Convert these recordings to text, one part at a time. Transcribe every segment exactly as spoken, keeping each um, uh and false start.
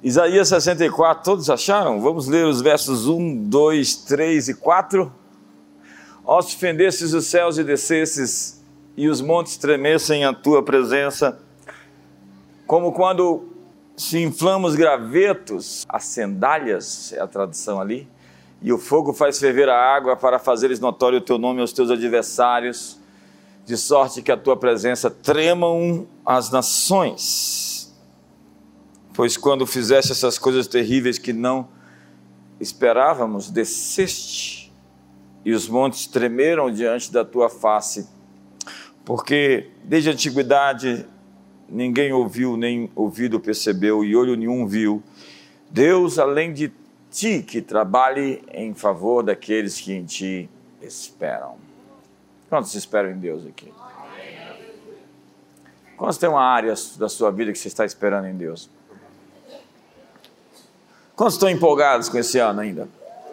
Isaías sessenta e quatro, todos acharam? Vamos ler os versos um, dois, três e quatro. Ó, se fendesses os céus e descesses, e os montes tremessem à tua presença, como quando se inflamam os gravetos, as sandálias, é a tradução ali, e o fogo faz ferver a água para fazeres notório o teu nome aos teus adversários, de sorte que a tua presença tremam as nações. Pois quando fizeste essas coisas terríveis que não esperávamos, desceste, e os montes tremeram diante da tua face, porque desde a antiguidade ninguém ouviu, nem ouvido percebeu, e olho nenhum viu, Deus além de ti, que trabalhe em favor daqueles que em ti esperam. Quantos esperam em Deus aqui? Quantos tem uma área da sua vida que você está esperando em Deus? Quantos estão empolgados com esse ano ainda?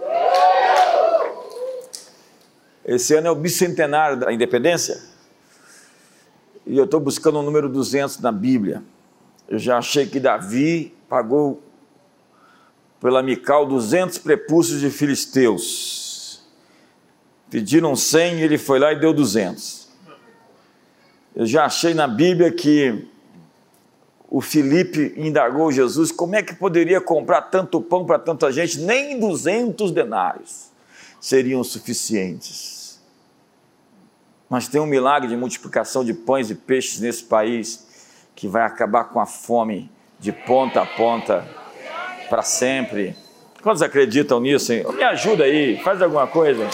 Esse ano é o bicentenário da independência. E eu estou buscando o número duzentos na Bíblia. Eu já achei que Davi pagou pela Mical duzentos prepúcios de filisteus. Pediram cem e ele foi lá e deu duzentos. Eu já achei na Bíblia que o Filipe indagou Jesus, como é que poderia comprar tanto pão para tanta gente? Nem duzentos denários seriam suficientes. Mas tem um milagre de multiplicação de pães e peixes nesse país, que vai acabar com a fome de ponta a ponta, para sempre. Quantos acreditam nisso, hein? Me ajuda aí, faz alguma coisa.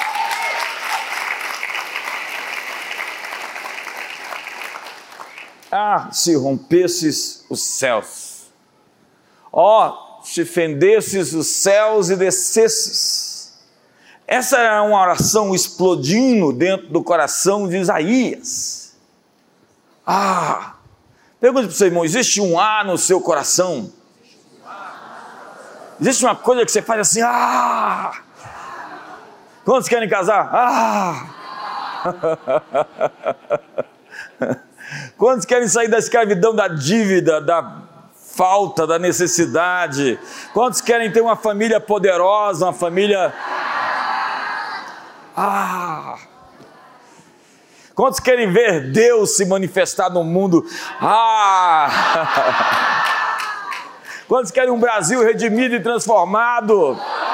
Ah, se rompesses os céus, ó, oh, se fendesses os céus e descesses. Essa é uma oração explodindo dentro do coração de Isaías. Ah, pergunte para o seu irmão, existe um A no seu coração? Existe uma coisa que você faz assim, ah! Quantos querem casar? Ah! Quantos querem sair da escravidão, da dívida, da falta, da necessidade? Quantos querem ter uma família poderosa, uma família... Ah! Quantos querem ver Deus se manifestar no mundo? Ah! Quantos querem um Brasil redimido e transformado?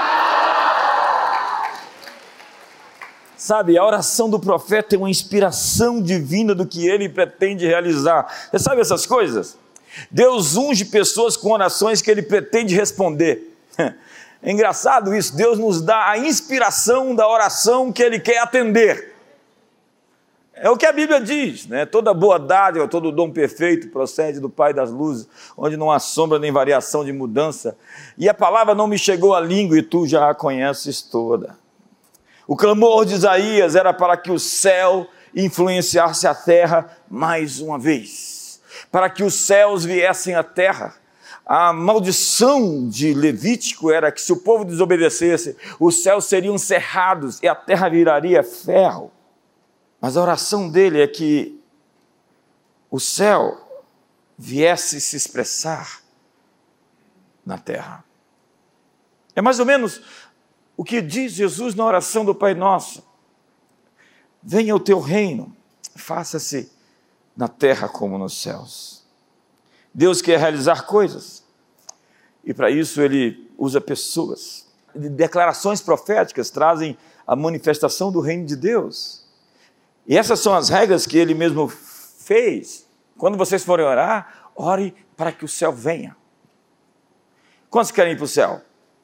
Sabe, a oração do profeta é uma inspiração divina do que ele pretende realizar. Você sabe essas coisas? Deus unge pessoas com orações que ele pretende responder. É engraçado isso, Deus nos dá a inspiração da oração que ele quer atender. É o que a Bíblia diz, né? Toda boa dádiva, todo dom perfeito procede do Pai das luzes, onde não há sombra nem variação de mudança. E a palavra não me chegou à língua e tu já a conheces toda. O clamor de Isaías era para que o céu influenciasse a terra mais uma vez, para que os céus viessem à terra. A maldição de Levítico era que se o povo desobedecesse, os céus seriam cerrados e a terra viraria ferro. Mas a oração dele é que o céu viesse se expressar na terra. É mais ou menos o que diz Jesus na oração do Pai Nosso: venha o teu reino, faça-se na terra como nos céus. Deus quer realizar coisas, e para isso ele usa pessoas. Declarações proféticas trazem a manifestação do reino de Deus. E essas são as regras que ele mesmo fez. Quando vocês forem orar, ore para que o céu venha. Quantos querem ir para o céu?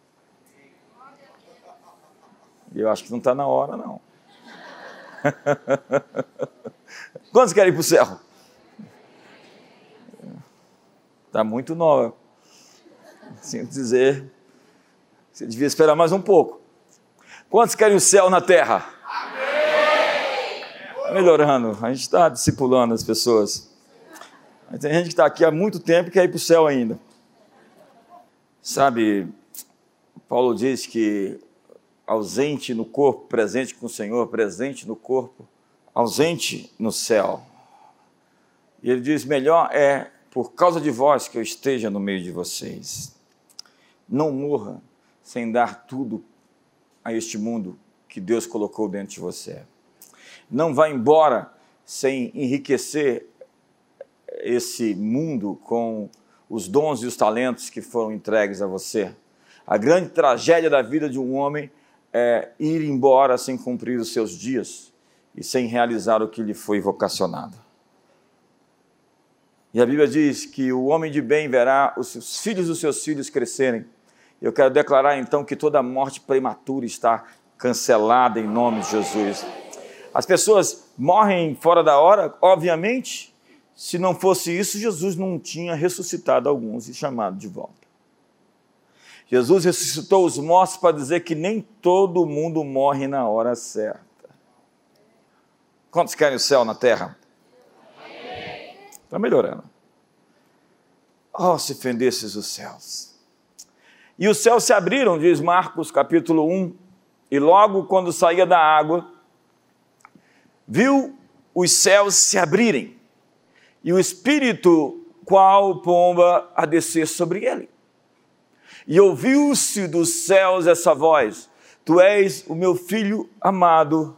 Eu acho que não está na hora, não. Quantos querem ir para o céu? Está muito nova. Sinto dizer, você devia esperar mais um pouco. Quantos querem o céu na terra? Amém! Está melhorando, a gente está discipulando as pessoas. Mas tem gente que está aqui há muito tempo e quer ir para o céu ainda. Sabe, Paulo diz que ausente no corpo, presente com o Senhor, presente no corpo, ausente no céu. E ele diz, melhor é por causa de vós que eu esteja no meio de vocês. Não morra sem dar tudo a este mundo que Deus colocou dentro de você. Não vá embora sem enriquecer esse mundo com os dons e os talentos que foram entregues a você. A grande tragédia da vida de um homem é ir embora sem cumprir os seus dias e sem realizar o que lhe foi vocacionado. E a Bíblia diz que o homem de bem verá os seus filhos dos seus filhos crescerem. Eu quero declarar então que toda morte prematura está cancelada em nome de Jesus. As pessoas morrem fora da hora, obviamente. Se não fosse isso, Jesus não tinha ressuscitado alguns e chamado de volta. Jesus ressuscitou os mortos para dizer que nem todo mundo morre na hora certa. Quantos querem o céu na terra? Está melhorando. Oh, se fendesses os céus. E os céus se abriram, diz Marcos capítulo um, e logo quando saía da água, viu os céus se abrirem, e o Espírito, qual pomba, a descer sobre ele. E ouviu-se dos céus essa voz: Tu és o meu filho amado,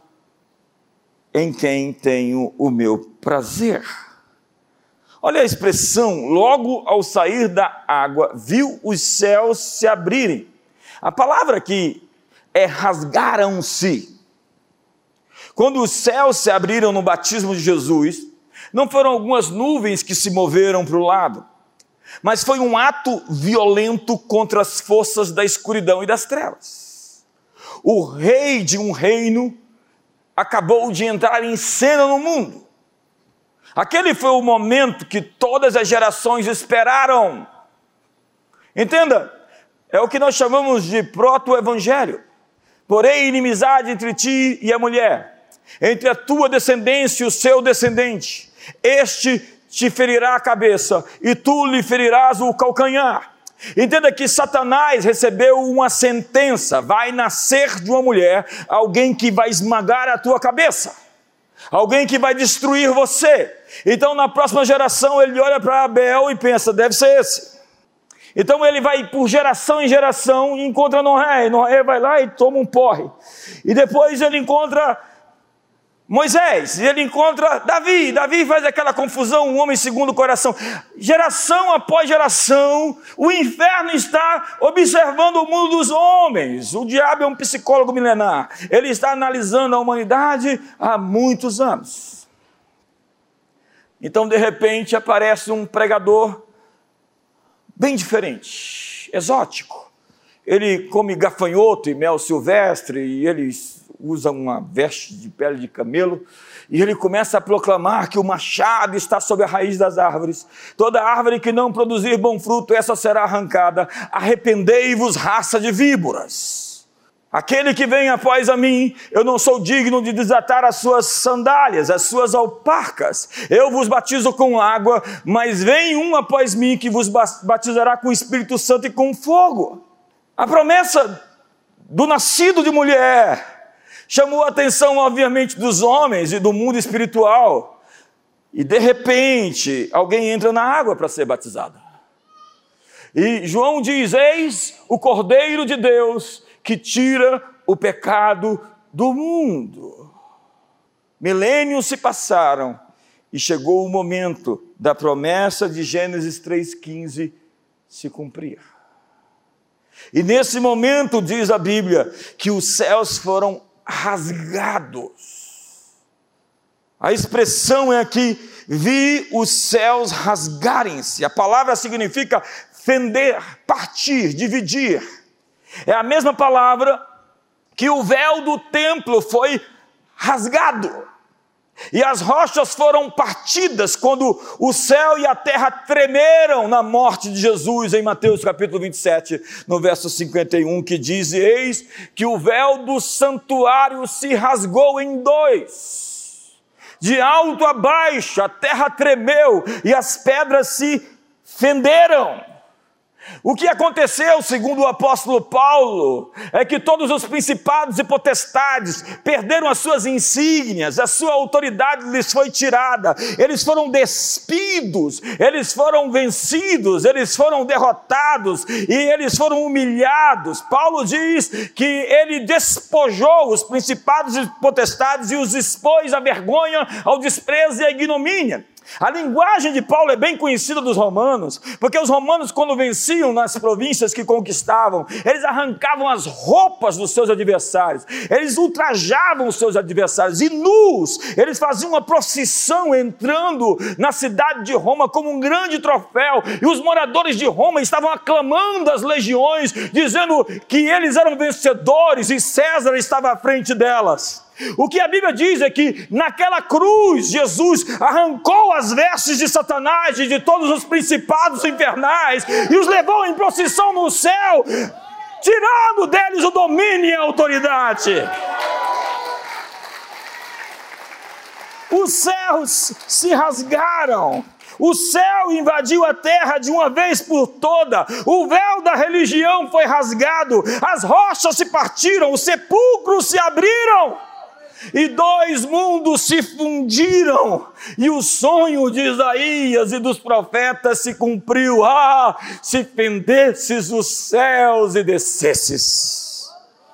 em quem tenho o meu prazer. Olha a expressão, logo ao sair da água, viu os céus se abrirem. A palavra aqui é rasgaram-se. Quando os céus se abriram no batismo de Jesus, não foram algumas nuvens que se moveram para o lado, mas foi um ato violento contra as forças da escuridão e das trevas. O rei de um reino acabou de entrar em cena no mundo. Aquele foi o momento que todas as gerações esperaram. Entenda, é o que nós chamamos de proto-evangelho. Porém, inimizade entre ti e a mulher, entre a tua descendência e o seu descendente. Este te ferirá a cabeça e tu lhe ferirás o calcanhar. Entenda que Satanás recebeu uma sentença: vai nascer de uma mulher alguém que vai esmagar a tua cabeça, alguém que vai destruir você. Então na próxima geração ele olha para Abel e pensa, deve ser esse. Então ele vai por geração em geração e encontra Noé, Noé vai lá e toma um porre, e depois ele encontra Moisés, e ele encontra Davi, Davi faz aquela confusão, um homem segundo o coração. Geração após geração, o inferno está observando o mundo dos homens. O diabo é um psicólogo milenar, ele está analisando a humanidade há muitos anos. Então de repente aparece um pregador bem diferente, exótico. Ele come gafanhoto e mel silvestre, e ele usa uma veste de pele de camelo, e ele começa a proclamar que o machado está sob a raiz das árvores. Toda árvore que não produzir bom fruto, essa será arrancada. Arrependei-vos, raça de víboras. Aquele que vem após a mim, eu não sou digno de desatar as suas sandálias, as suas alparcas. Eu vos batizo com água, mas vem um após mim que vos batizará com o Espírito Santo e com fogo. A promessa do nascido de mulher chamou a atenção, obviamente, dos homens e do mundo espiritual. E de repente, alguém entra na água para ser batizado. E João diz: eis o Cordeiro de Deus que tira o pecado do mundo. Milênios se passaram e chegou o momento da promessa de Gênesis três quinze se cumprir. E nesse momento, diz a Bíblia, que os céus foram rasgados. A expressão é aqui: vi os céus rasgarem-se. A palavra significa fender, partir, dividir. É a mesma palavra que o véu do templo foi rasgado, e as rochas foram partidas quando o céu e a terra tremeram na morte de Jesus, em Mateus capítulo vinte e sete, no verso cinquenta e um, que diz: eis que o véu do santuário se rasgou em dois, de alto a baixo, a terra tremeu e as pedras se fenderam. O que aconteceu, segundo o apóstolo Paulo, é que todos os principados e potestades perderam as suas insígnias, a sua autoridade lhes foi tirada, eles foram despidos, eles foram vencidos, eles foram derrotados e eles foram humilhados. Paulo diz que ele despojou os principados e potestades e os expôs à vergonha, ao desprezo e à ignomínia. A linguagem de Paulo é bem conhecida dos romanos, porque os romanos, quando venciam nas províncias que conquistavam, eles arrancavam as roupas dos seus adversários, eles ultrajavam os seus adversários, e nus, eles faziam uma procissão entrando na cidade de Roma como um grande troféu, e os moradores de Roma estavam aclamando as legiões, dizendo que eles eram vencedores e César estava à frente delas. O que a Bíblia diz é que naquela cruz Jesus arrancou as vestes de Satanás e de todos os principados infernais e os levou em procissão no céu, tirando deles o domínio e a autoridade. Os céus se rasgaram, o céu invadiu a terra de uma vez por toda, o véu da religião foi rasgado, as rochas se partiram, os sepulcros se abriram, e dois mundos se fundiram, e o sonho de Isaías e dos profetas se cumpriu. Ah, se fendesses os céus e descesses.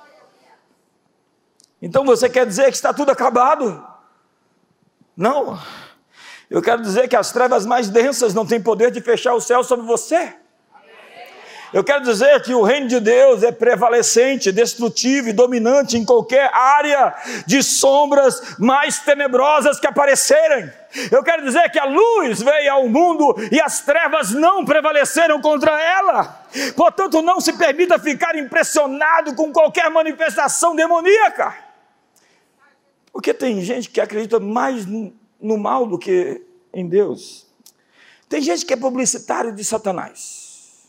Então você quer dizer que está tudo acabado? Não, eu quero dizer que as trevas mais densas não têm poder de fechar o céu sobre você. Eu quero dizer que o reino de Deus é prevalecente, destrutivo e dominante em qualquer área de sombras mais tenebrosas que aparecerem. Eu quero dizer que a luz veio ao mundo e as trevas não prevaleceram contra ela. Portanto, não se permita ficar impressionado com qualquer manifestação demoníaca. Porque tem gente que acredita mais no mal do que em Deus. Tem gente que é publicitário de Satanás.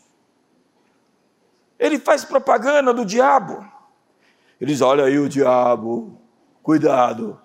Ele faz propaganda do diabo. Ele diz, olha aí o diabo, cuidado.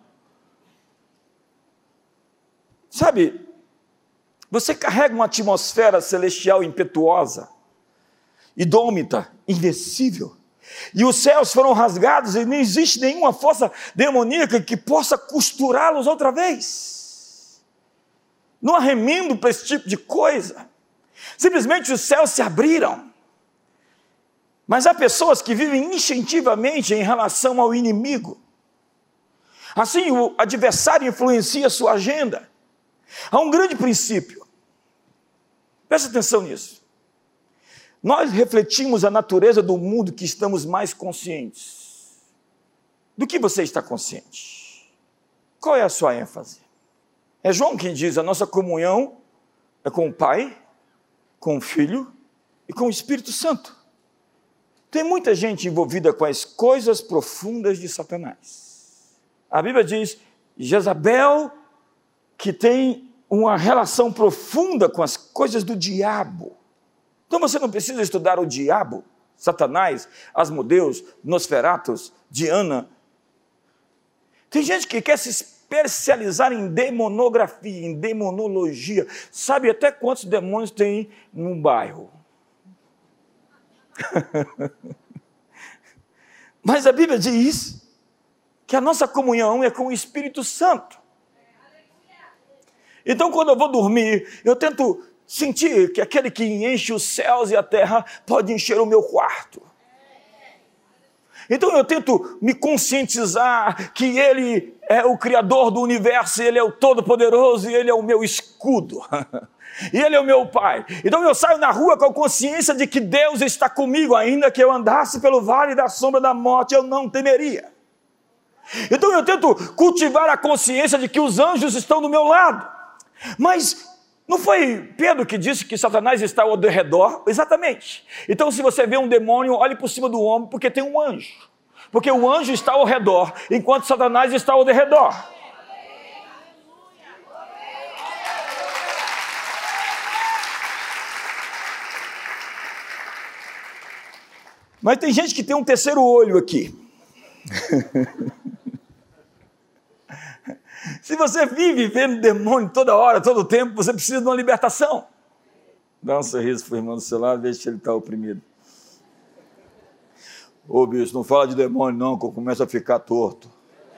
Sabe, você carrega uma atmosfera celestial impetuosa, indômita, invencível. E os céus foram rasgados e não existe nenhuma força demoníaca que possa costurá-los outra vez. Não há remendo para esse tipo de coisa. Simplesmente os céus se abriram. Mas há pessoas que vivem instintivamente em relação ao inimigo. Assim, o adversário influencia a sua agenda. Há um grande princípio. Presta atenção nisso. Nós refletimos a natureza do mundo que estamos mais conscientes. Do que você está consciente? Qual é a sua ênfase? É João quem diz, a nossa comunhão é com o Pai, com o Filho e com o Espírito Santo. Tem muita gente envolvida com as coisas profundas de Satanás. A Bíblia diz, Jezabel, que tem uma relação profunda com as coisas do diabo. Então você não precisa estudar o diabo, Satanás, Asmodeus, Nosferatus, Diana. Tem gente que quer se especializar em demonografia, em demonologia. Sabe até quantos demônios tem num bairro? Mas a Bíblia diz que a nossa comunhão é com o Espírito Santo. Então quando eu vou dormir, eu tento sentir que aquele que enche os céus e a terra pode encher o meu quarto. Então eu tento me conscientizar que Ele é o Criador do universo, Ele é o Todo-Poderoso e Ele é o meu escudo. E Ele é o meu Pai. Então eu saio na rua com a consciência de que Deus está comigo, ainda que eu andasse pelo vale da sombra da morte, eu não temeria. Então eu tento cultivar a consciência de que os anjos estão do meu lado. Mas não foi Pedro que disse que Satanás está ao redor? Exatamente. Então se você vê um demônio, olhe por cima do ombro, porque tem um anjo. Porque o anjo está ao redor, enquanto Satanás está ao redor. Mas tem gente que tem um terceiro olho aqui. Se você vive vendo demônio toda hora, todo tempo, você precisa de uma libertação. Dá um sorriso para o irmão do seu lado, veja se ele está oprimido. Ô bicho, não fala de demônio não, que eu começo a ficar torto.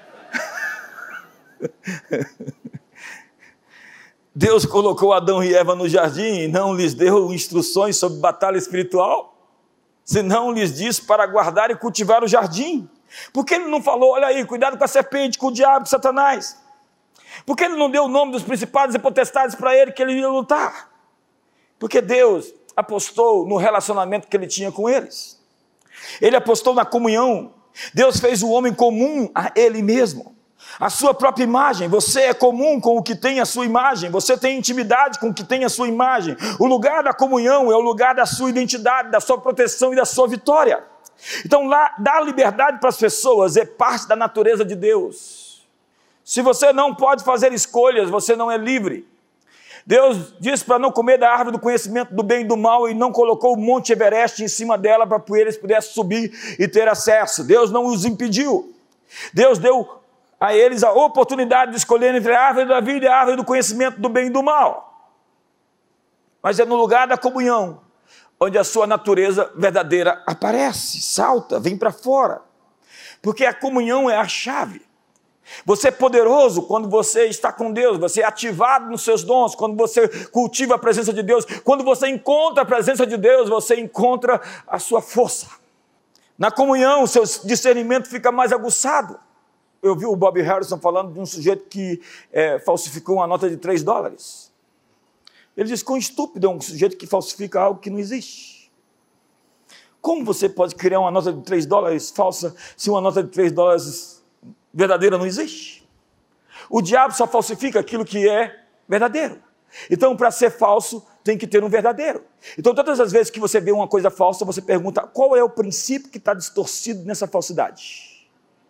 Deus colocou Adão e Eva no jardim e não lhes deu instruções sobre batalha espiritual, senão lhes disse para guardar e cultivar o jardim. Por que ele não falou, olha aí, cuidado com a serpente, com o diabo, com Satanás? Por que ele não deu o nome dos principados e potestades para ele que ele ia lutar? Porque Deus apostou no relacionamento que ele tinha com eles. Ele apostou na comunhão. Deus fez o homem comum a ele mesmo, a sua própria imagem. Você é comum com o que tem a sua imagem, você tem intimidade com o que tem a sua imagem. O lugar da comunhão é o lugar da sua identidade, da sua proteção e da sua vitória. Então, lá, dar liberdade para as pessoas é parte da natureza de Deus. Se você não pode fazer escolhas, você não é livre. Deus disse para não comer da árvore do conhecimento do bem e do mal e não colocou o Monte Everest em cima dela para que eles pudessem subir e ter acesso. Deus não os impediu. Deus deu a eles a oportunidade de escolher entre a árvore da vida e a árvore do conhecimento do bem e do mal. Mas é no lugar da comunhão onde a sua natureza verdadeira aparece, salta, vem para fora. Porque a comunhão é a chave. Você é poderoso quando você está com Deus, você é ativado nos seus dons, quando você cultiva a presença de Deus, quando você encontra a presença de Deus, você encontra a sua força. Na comunhão, o seu discernimento fica mais aguçado. Eu vi o Bob Harrison falando de um sujeito que é, falsificou uma nota de três dólares. Ele diz, quão estúpido é um sujeito que falsifica algo que não existe. Como você pode criar uma nota de três dólares falsa se uma nota de três dólares verdadeira não existe? O diabo só falsifica aquilo que é verdadeiro. Então, para ser falso, tem que ter um verdadeiro. Então, todas as vezes que você vê uma coisa falsa, você pergunta, qual é o princípio que está distorcido nessa falsidade?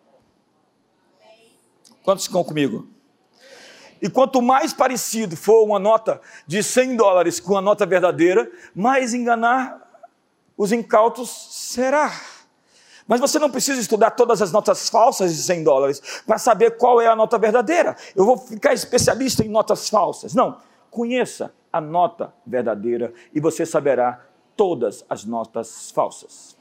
Quantos ficam comigo? E quanto mais parecido for uma nota de cem dólares com a nota verdadeira, mais enganar os incautos será. Mas você não precisa estudar todas as notas falsas de cem dólares para saber qual é a nota verdadeira. Eu vou ficar especialista em notas falsas. Não, conheça a nota verdadeira e você saberá todas as notas falsas.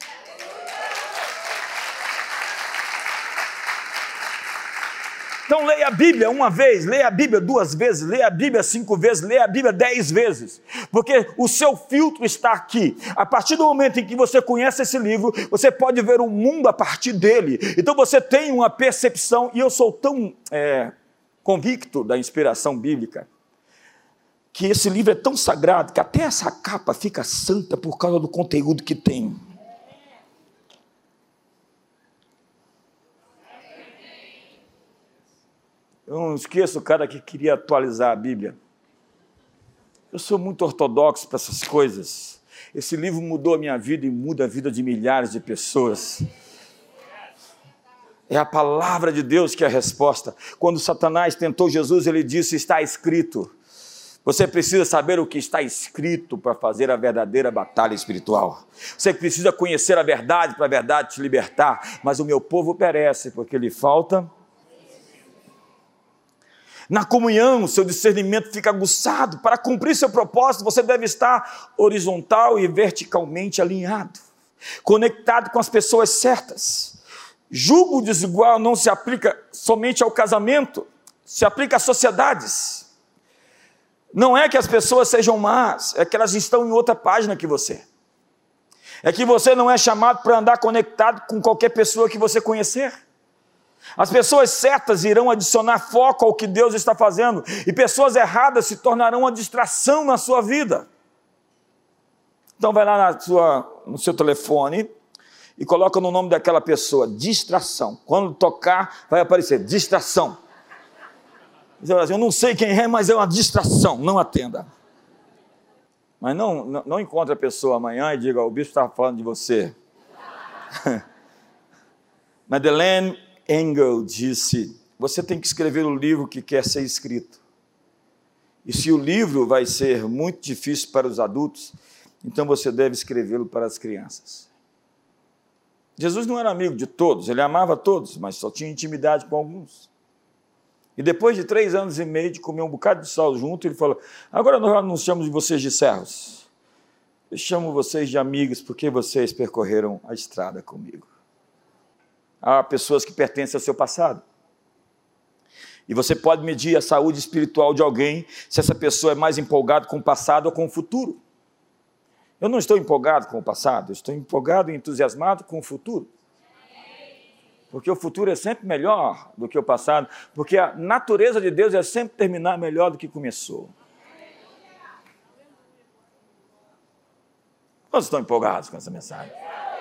Então leia a Bíblia uma vez, leia a Bíblia duas vezes, leia a Bíblia cinco vezes, leia a Bíblia dez vezes, porque o seu filtro está aqui. A partir do momento em que você conhece esse livro, você pode ver o mundo a partir dele. Então você tem uma percepção, e eu sou tão é, convicto da inspiração bíblica, que esse livro é tão sagrado, que até essa capa fica santa por causa do conteúdo que tem. Eu não esqueço o cara que queria atualizar a Bíblia. Eu sou muito ortodoxo para essas coisas. Esse livro mudou a minha vida e muda a vida de milhares de pessoas. É a palavra de Deus que é a resposta. Quando Satanás tentou Jesus, ele disse, está escrito. Você precisa saber o que está escrito para fazer a verdadeira batalha espiritual. Você precisa conhecer a verdade para a verdade te libertar. Mas o meu povo perece porque lhe falta... Na comunhão, seu discernimento fica aguçado. Para cumprir seu propósito, você deve estar horizontal e verticalmente alinhado, conectado com as pessoas certas. Julgo desigual não se aplica somente ao casamento, se aplica às sociedades. Não é que as pessoas sejam más, é que elas estão em outra página que você. É que você não é chamado para andar conectado com qualquer pessoa que você conhecer. As pessoas certas irão adicionar foco ao que Deus está fazendo, e pessoas erradas se tornarão uma distração na sua vida. Então vai lá na sua, no seu telefone e coloca no nome daquela pessoa, distração. Quando tocar, vai aparecer, distração. Você vai dizer, eu não sei quem é, mas é uma distração, não atenda. Mas não, não, não encontre a pessoa amanhã e diga, o bispo estava falando de você. Madeleine Engel disse, você tem que escrever o livro que quer ser escrito. E se o livro vai ser muito difícil para os adultos, então você deve escrevê-lo para as crianças. Jesus não era amigo de todos, ele amava todos, mas só tinha intimidade com alguns. E depois de três anos e meio de comer um bocado de sal junto, ele falou, agora nós anunciamos de vocês de servos. Eu chamo vocês de amigos porque vocês percorreram a estrada comigo. Há pessoas que pertencem ao seu passado. E você pode medir a saúde espiritual de alguém se essa pessoa é mais empolgada com o passado ou com o futuro. Eu não estou empolgado com o passado, eu estou empolgado e entusiasmado com o futuro. Porque o futuro é sempre melhor do que o passado, porque a natureza de Deus é sempre terminar melhor do que começou. Quantos estão empolgados com essa mensagem?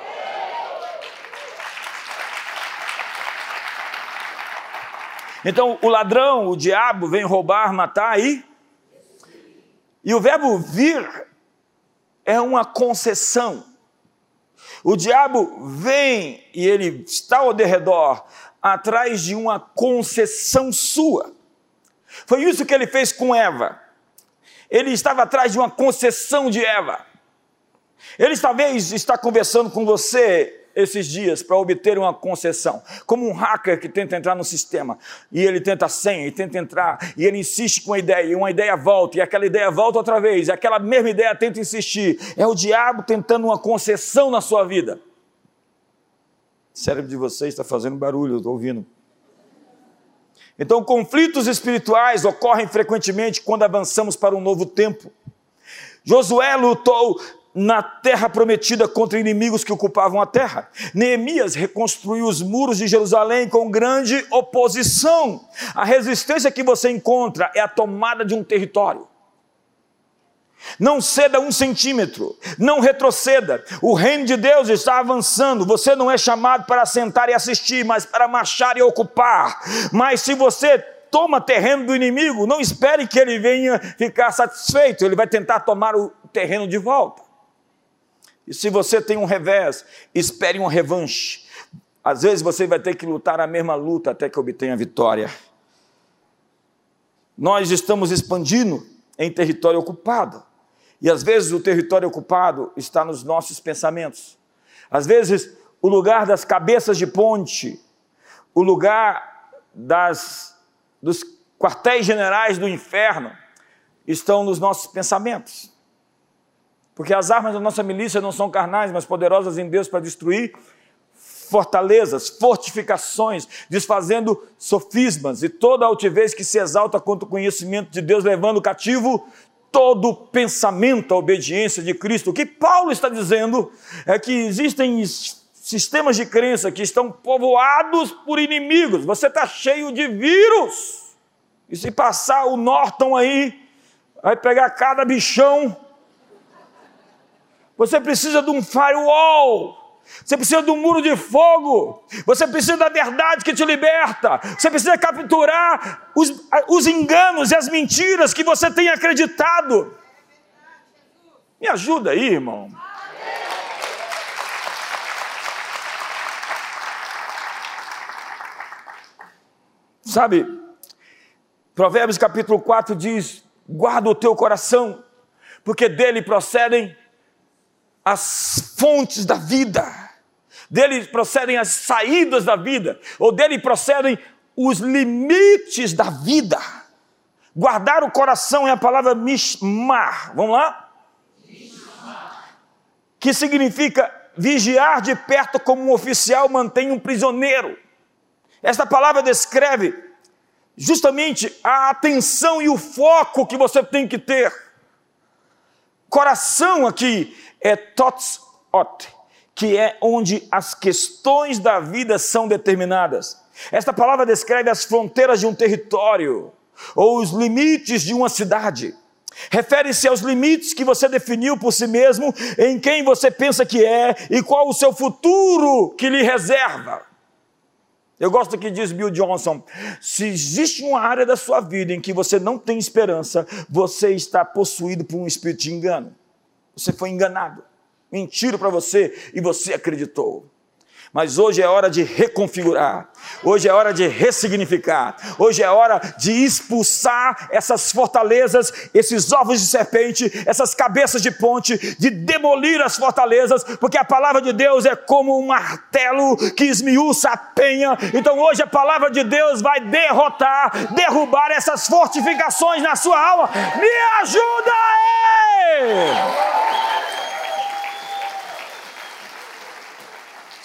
Então, o ladrão, o diabo, vem roubar, matar e... E o verbo vir é uma concessão. O diabo vem e ele está ao derredor, atrás de uma concessão sua. Foi isso que ele fez com Eva. Ele estava atrás de uma concessão de Eva. Ele talvez está conversando com você esses dias para obter uma concessão, como um hacker que tenta entrar no sistema, e ele tenta a senha, e tenta entrar, e ele insiste com a ideia, e uma ideia volta, e aquela ideia volta outra vez, e aquela mesma ideia tenta insistir. É o diabo tentando uma concessão na sua vida. O cérebro de vocês está fazendo barulho, eu estou ouvindo. Então, conflitos espirituais ocorrem frequentemente quando avançamos para um novo tempo. Josué lutou na terra prometida contra inimigos que ocupavam a terra. Neemias reconstruiu os muros de Jerusalém com grande oposição. A resistência que você encontra é a tomada de um território. Não ceda um centímetro, não retroceda. O reino de Deus está avançando. Você não é chamado para sentar e assistir, mas para marchar e ocupar. Mas se você toma terreno do inimigo, não espere que ele venha ficar satisfeito. Ele vai tentar tomar o terreno de volta. E se você tem um revés, espere uma revanche. Às vezes você vai ter que lutar a mesma luta até que obtenha a vitória. Nós estamos expandindo em território ocupado. E às vezes o território ocupado está nos nossos pensamentos. Às vezes o lugar das cabeças de ponte, o lugar das, dos quartéis generais do inferno, estão nos nossos pensamentos. Porque as armas da nossa milícia não são carnais, mas poderosas em Deus para destruir fortalezas, fortificações, desfazendo sofismas e toda altivez que se exalta contra o conhecimento de Deus, levando cativo todo pensamento à obediência de Cristo. O que Paulo está dizendo é que existem sistemas de crença que estão povoados por inimigos. Você está cheio de vírus. E se passar o Norton aí, vai pegar cada bichão. Você precisa de um firewall. Você precisa de um muro de fogo. Você precisa da verdade que te liberta. Você precisa capturar os, os enganos e as mentiras que você tem acreditado. Me ajuda aí, irmão. Sabe, Provérbios capítulo quatro diz: guarda o teu coração, porque dele procedem as fontes da vida, dele procedem as saídas da vida, ou dele procedem os limites da vida. Guardar o coração é a palavra mishmar, vamos lá? Mishmar. Que significa vigiar de perto como um oficial mantém um prisioneiro. Esta palavra descreve justamente a atenção e o foco que você tem que ter. Coração aqui é totsot, que é onde as questões da vida são determinadas. Esta palavra descreve as fronteiras de um território, ou os limites de uma cidade. Refere-se aos limites que você definiu por si mesmo, em quem você pensa que é, e qual o seu futuro que lhe reserva. Eu gosto do que diz Bill Johnson: se existe uma área da sua vida em que você não tem esperança, você está possuído por um espírito de engano. Você foi enganado, mentiram para você e você acreditou. Mas hoje é hora de reconfigurar, hoje é hora de ressignificar, hoje é hora de expulsar essas fortalezas, esses ovos de serpente, essas cabeças de ponte, de demolir as fortalezas, porque a palavra de Deus é como um martelo que esmiuça a penha. Então hoje a palavra de Deus vai derrotar, derrubar essas fortificações na sua alma. Me ajuda aí!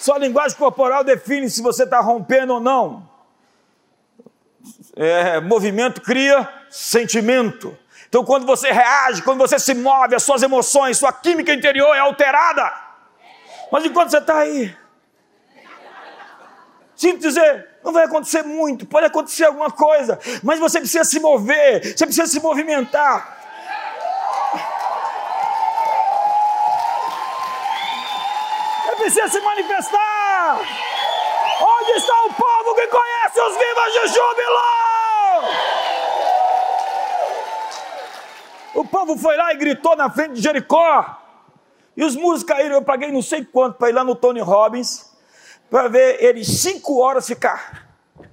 Sua linguagem corporal define se você está rompendo ou não. É, movimento cria sentimento. Então, quando você reage, quando você se move, as suas emoções, sua química interior é alterada. Mas enquanto você está aí, sinto dizer, não vai acontecer muito, pode acontecer alguma coisa, mas você precisa se mover, você precisa se movimentar. Você precisa se manifestar. Onde está o povo que conhece os vivas de júbilo? O povo foi lá e gritou na frente de Jericó, e os muros caíram. Eu paguei não sei quanto para ir lá no Tony Robbins, para ver ele cinco horas ficar.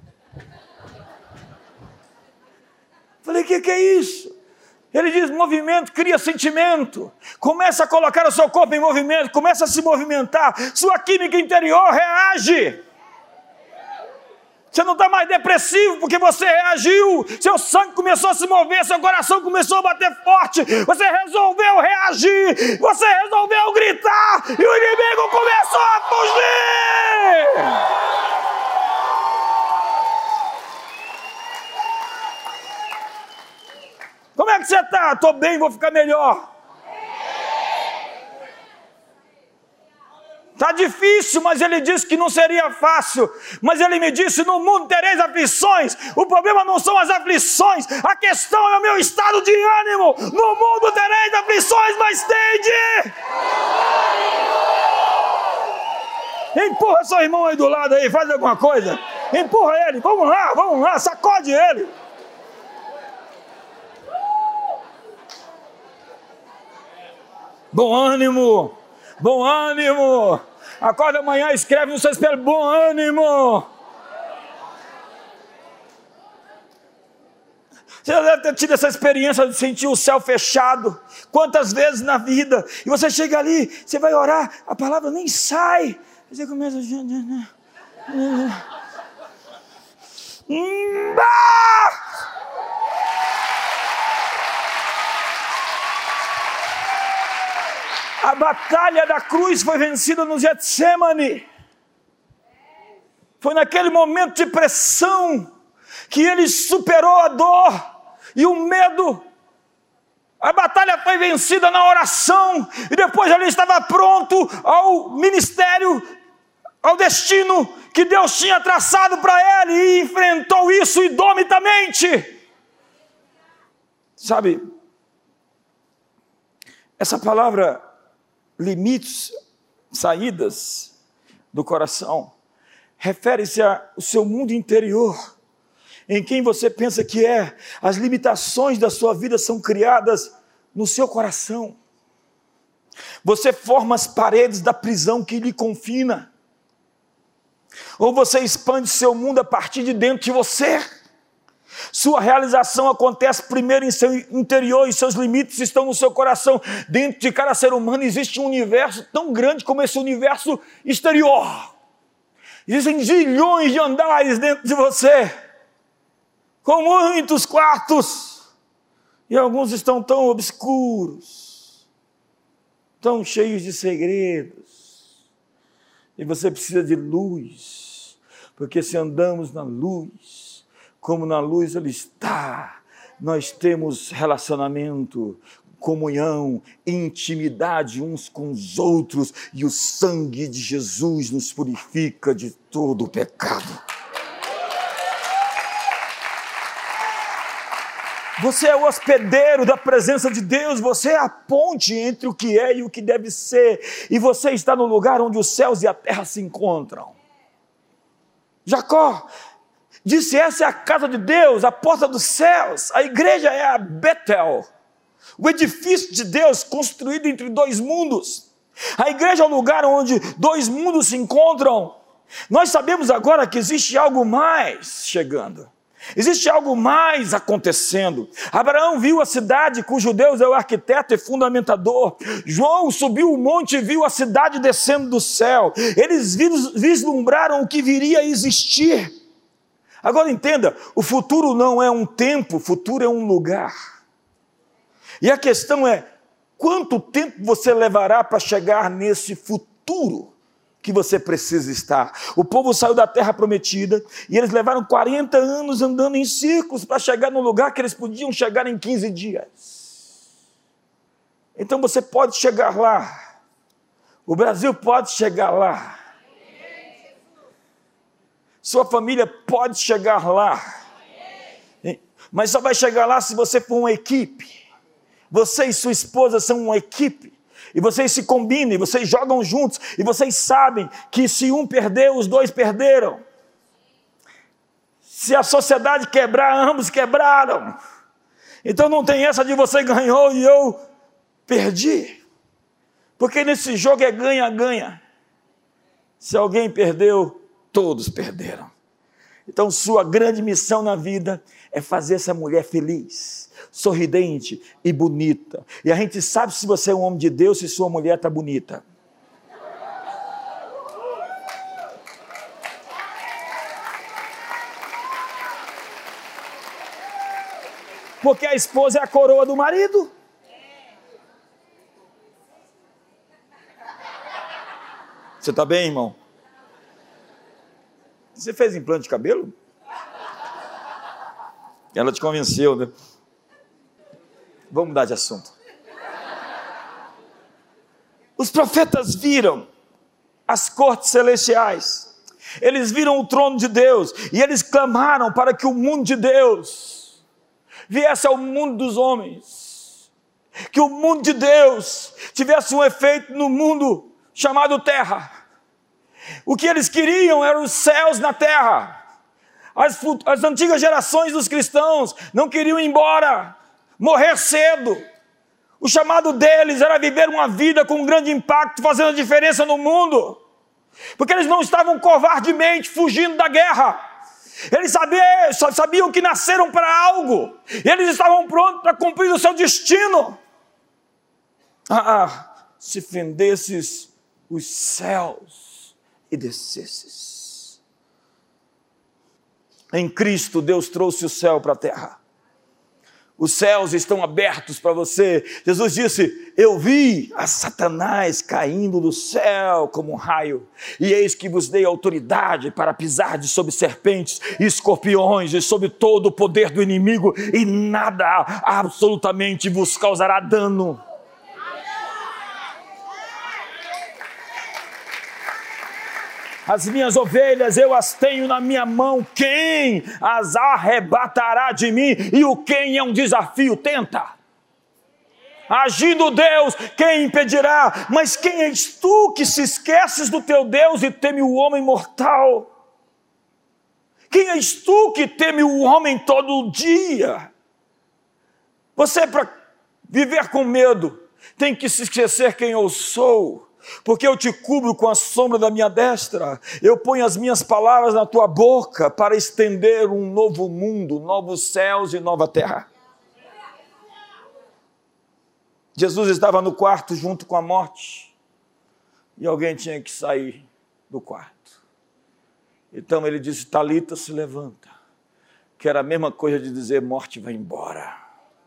Falei, o que, que é isso? Ele diz, movimento cria sentimento. Começa a colocar o seu corpo em movimento, começa a se movimentar, sua química interior reage. Você não está mais depressivo porque você reagiu, seu sangue começou a se mover, seu coração começou a bater forte, você resolveu reagir, você resolveu gritar e o inimigo começou a fugir. Como é que você está? Estou bem, vou ficar melhor. Está difícil, mas ele disse que não seria fácil. Mas ele me disse, no mundo tereis aflições. O problema não são as aflições, a questão é o meu estado de ânimo. No mundo tereis aflições, mas tende. Empurra seu irmão aí do lado aí, faz alguma coisa. Empurra ele, vamos lá, vamos lá, sacode ele. Bom ânimo, bom ânimo. Acorda amanhã, escreve no seu espelho, bom ânimo. Você já deve ter tido essa experiência de sentir o céu fechado. Quantas vezes na vida. E você chega ali, você vai orar, a palavra nem sai. Você começa a... A batalha da cruz foi vencida no Getsemane. Foi naquele momento de pressão que ele superou a dor e o medo. A batalha foi vencida na oração e depois ele estava pronto ao ministério, ao destino que Deus tinha traçado para ele, e enfrentou isso indomitamente. Sabe, essa palavra limites, saídas do coração, refere-se ao seu mundo interior, em quem você pensa que é. As limitações da sua vida são criadas no seu coração. Você forma as paredes da prisão que lhe confina, ou você expande seu mundo a partir de dentro de você. Sua realização acontece primeiro em seu interior e seus limites estão no seu coração. Dentro de cada ser humano existe um universo tão grande como esse universo exterior. Existem zilhões de andares dentro de você, com muitos quartos, e alguns estão tão obscuros, tão cheios de segredos, e você precisa de luz, porque se andamos na luz, como na luz ele está, nós temos relacionamento, comunhão, intimidade uns com os outros, e o sangue de Jesus nos purifica de todo o pecado. Você é o hospedeiro da presença de Deus, você é a ponte entre o que é e o que deve ser, e você está no lugar onde os céus e a terra se encontram. Jacó disse, essa é a casa de Deus, a porta dos céus. A igreja é a Betel, o edifício de Deus construído entre dois mundos. A igreja é o lugar onde dois mundos se encontram. Nós sabemos agora que existe algo mais chegando. Existe algo mais acontecendo. Abraão viu a cidade cujo Deus é o arquiteto e fundamentador. João subiu o monte e viu a cidade descendo do céu. Eles vislumbraram o que viria a existir. Agora entenda, o futuro não é um tempo, o futuro é um lugar. E a questão é, quanto tempo você levará para chegar nesse futuro que você precisa estar. O povo saiu da terra prometida e eles levaram quarenta anos andando em círculos para chegar no lugar que eles podiam chegar em quinze dias. Então você pode chegar lá. O Brasil pode chegar lá. Sua família pode chegar lá. Mas só vai chegar lá se você for uma equipe. Você e sua esposa são uma equipe. E vocês se combinam, e vocês jogam juntos, e vocês sabem que se um perder, os dois perderam. Se a sociedade quebrar, ambos quebraram. Então não tem essa de você ganhou e eu perdi. Porque nesse jogo é ganha-ganha. Se alguém perdeu, todos perderam. Então sua grande missão na vida é fazer essa mulher feliz, sorridente e bonita. E a gente sabe se você é um homem de Deus, se sua mulher está bonita. Porque a esposa é a coroa do marido. Você está bem, irmão? Você fez implante de cabelo? Ela te convenceu, né? Vamos mudar de assunto. Os profetas viram as cortes celestiais. Eles viram o trono de Deus. E eles clamaram para que o mundo de Deus viesse ao mundo dos homens. Que o mundo de Deus tivesse um efeito no mundo chamado terra. O que eles queriam eram os céus na terra. As, as antigas gerações dos cristãos não queriam ir embora, morrer cedo. O chamado deles era viver uma vida com um grande impacto, fazendo a diferença no mundo. Porque eles não estavam covardemente fugindo da guerra. Eles sabiam, só sabiam que nasceram para algo. E eles estavam prontos para cumprir o seu destino. Ah, se fendesses os céus e descesses. Em Cristo, Deus trouxe o céu para a terra. Os céus estão abertos para você. Jesus disse, eu vi a Satanás caindo do céu como um raio, e eis que vos dei autoridade para pisar de sobre serpentes e escorpiões e sobre todo o poder do inimigo, e nada absolutamente vos causará dano. As minhas ovelhas eu as tenho na minha mão, quem as arrebatará de mim? E o quem é um desafio, tenta. Agindo Deus, quem impedirá? Mas quem és tu que se esqueces do teu Deus e teme o homem mortal? Quem és tu que teme o homem todo dia? Você, para viver com medo, tem que se esquecer quem eu sou. Porque eu te cubro com a sombra da minha destra, eu ponho as minhas palavras na tua boca para estender um novo mundo, novos céus e nova terra. Jesus estava no quarto junto com a morte, e alguém tinha que sair do quarto. Então ele disse, Talita, se levanta, que era a mesma coisa de dizer, morte, vai embora.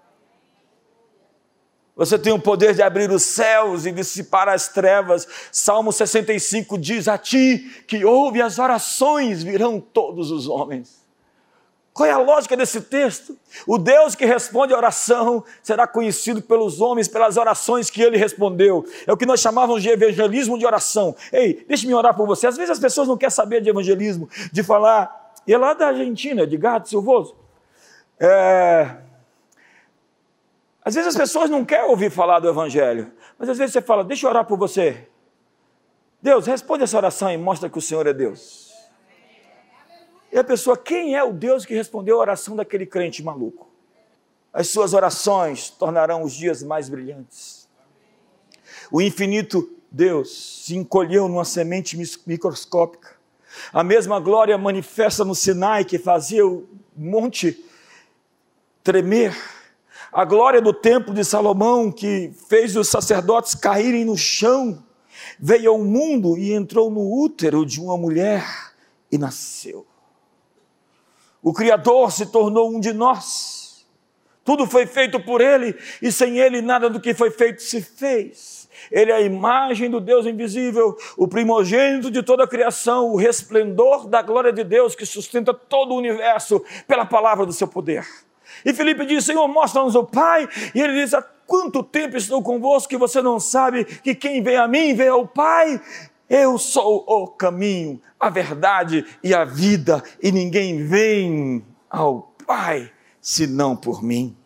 Você tem o poder de abrir os céus e dissipar as trevas. Salmo sessenta e cinco diz, a ti que ouve as orações virão todos os homens. Qual é a lógica desse texto? O Deus que responde a oração será conhecido pelos homens, pelas orações que ele respondeu. É o que nós chamávamos de evangelismo de oração. Ei, deixe-me orar por você. Às vezes as pessoas não querem saber de evangelismo, de falar, e é lá da Argentina, de Gato Silvoso. É... Às vezes as pessoas não querem ouvir falar do evangelho, mas às vezes você fala, deixa eu orar por você. Deus, responde essa oração e mostra que o Senhor é Deus. E a pessoa, quem é o Deus que respondeu a oração daquele crente maluco? As suas orações tornarão os dias mais brilhantes. O infinito Deus se encolheu numa semente microscópica. A mesma glória manifesta no Sinai que fazia o monte tremer. A glória do templo de Salomão, que fez os sacerdotes caírem no chão, veio ao mundo e entrou no útero de uma mulher e nasceu. O Criador se tornou um de nós. Tudo foi feito por Ele, e sem Ele nada do que foi feito se fez. Ele é a imagem do Deus invisível, o primogênito de toda a criação, o resplendor da glória de Deus que sustenta todo o universo pela palavra do seu poder. E Filipe diz: Senhor, mostra-nos o Pai. E ele diz: há quanto tempo estou convosco que você não sabe que quem vem a mim vê ao Pai? Eu sou o caminho, a verdade e a vida, e ninguém vem ao Pai senão por mim.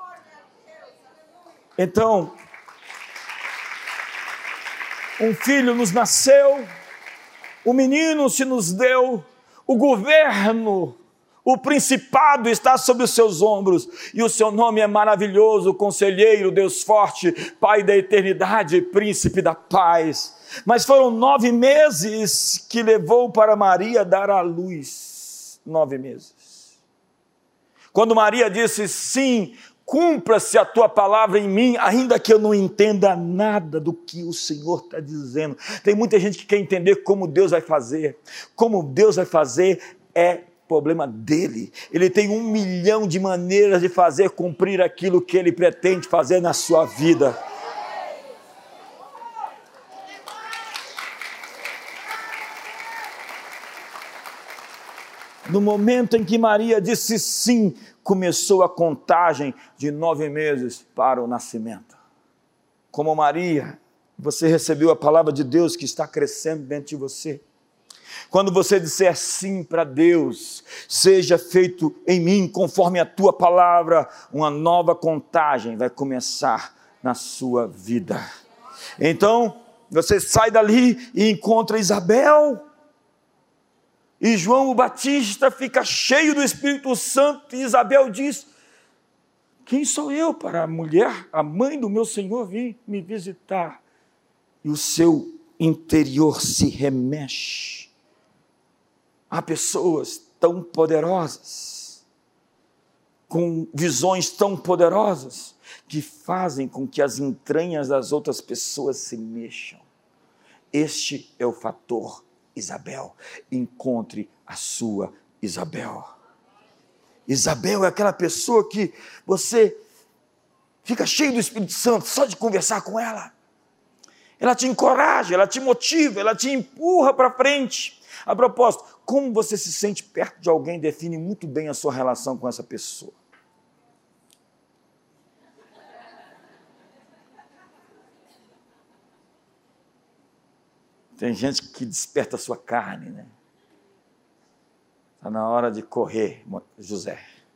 Então, um filho nos nasceu, o menino se nos deu, o governo, o principado está sobre os seus ombros, e o seu nome é maravilhoso, Conselheiro, Deus forte, Pai da eternidade, Príncipe da paz. Mas foram nove meses que levou para Maria dar à luz, nove meses. Quando Maria disse: sim, cumpra-se a tua palavra em mim, ainda que eu não entenda nada do que o Senhor está dizendo. Tem muita gente que quer entender como Deus vai fazer. Como Deus vai fazer é problema dele. Ele tem um milhão de maneiras de fazer cumprir aquilo que ele pretende fazer na sua vida. No momento em que Maria disse sim, começou a contagem de nove meses para o nascimento. Como Maria, você recebeu a palavra de Deus que está crescendo dentro de você. Quando você disser sim para Deus, seja feito em mim conforme a tua palavra, uma nova contagem vai começar na sua vida. Então, você sai dali e encontra Isabel. E João o Batista fica cheio do Espírito Santo, e Isabel diz: quem sou eu para a mulher, a mãe do meu Senhor, vir me visitar? E o seu interior se remexe. Há pessoas tão poderosas, com visões tão poderosas, que fazem com que as entranhas das outras pessoas se mexam. Este é o fator Isabel. Encontre a sua Isabel. Isabel é aquela pessoa que você fica cheio do Espírito Santo só de conversar com ela. Ela te encoraja, ela te motiva, ela te empurra para frente. A propósito, como você se sente perto de alguém define muito bem a sua relação com essa pessoa. Tem gente que desperta a sua carne, né? Está na hora de correr, José.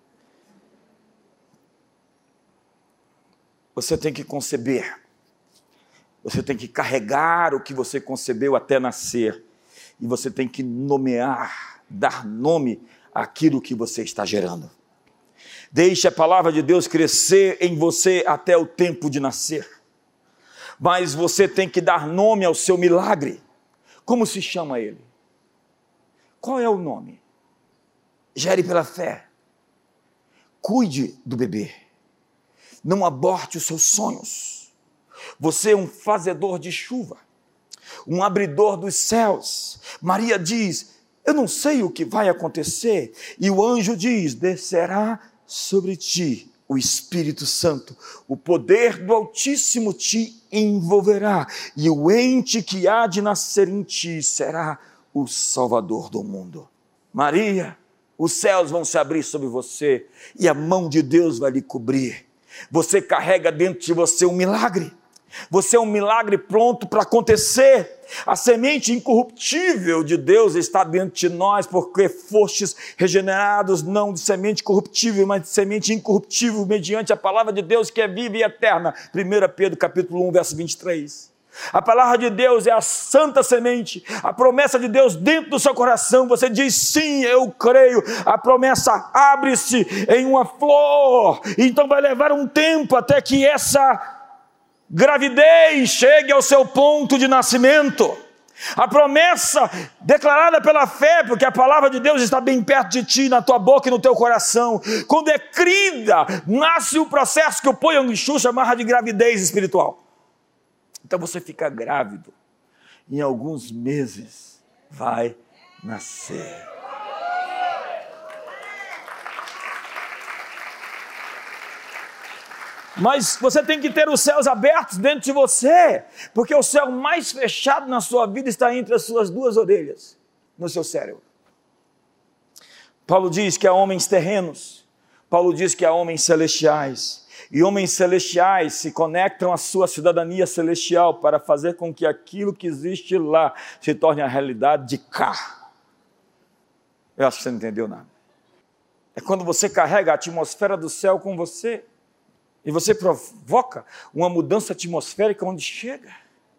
Você tem que conceber. Você tem que carregar o que você concebeu até nascer. E você tem que nomear, dar nome àquilo que você está gerando. Deixe a palavra de Deus crescer em você até o tempo de nascer. Mas você tem que dar nome ao seu milagre. Como se chama ele? Qual é o nome? Gere pela fé. Cuide do bebê. Não aborte os seus sonhos. Você é um fazedor de chuva, um abridor dos céus. Maria diz: eu não sei o que vai acontecer. E o anjo diz: descerá sobre ti o Espírito Santo, o poder do Altíssimo te envolverá, e o ente que há de nascer em ti será o Salvador do mundo. Maria, os céus vão se abrir sobre você, e a mão de Deus vai lhe cobrir. Você carrega dentro de você um milagre. Você é um milagre pronto para acontecer. A semente incorruptível de Deus está dentro de nós, porque fostes regenerados não de semente corruptível, mas de semente incorruptível, mediante a palavra de Deus que é viva e eterna. primeira Pedro capítulo um, verso vinte e três. A palavra de Deus é a santa semente, a promessa de Deus dentro do seu coração. Você diz: sim, eu creio. A promessa abre-se em uma flor. Então vai levar um tempo até que essa gravidez chegue ao seu ponto de nascimento. A promessa declarada pela fé, porque a palavra de Deus está bem perto de ti, na tua boca e no teu coração. Quando é crida, nasce o processo que o Poian Gishu chamava de gravidez espiritual. Então você fica grávido, em alguns meses vai nascer. Mas você tem que ter os céus abertos dentro de você, porque o céu mais fechado na sua vida está entre as suas duas orelhas, no seu cérebro. Paulo diz que há homens terrenos, Paulo diz que há homens celestiais, e homens celestiais se conectam à sua cidadania celestial para fazer com que aquilo que existe lá se torne a realidade de cá. Eu acho que você não entendeu nada. É quando você carrega a atmosfera do céu com você, e você provoca uma mudança atmosférica onde chega.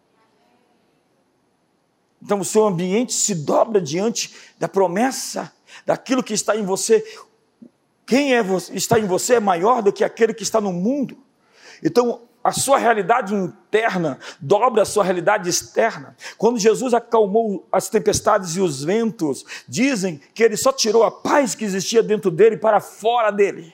Então o seu ambiente se dobra diante da promessa, daquilo que está em você. Quem é, está em você é maior do que aquele que está no mundo. Então a sua realidade interna dobra a sua realidade externa. Quando Jesus acalmou as tempestades e os ventos, dizem que ele só tirou a paz que existia dentro dele para fora dele.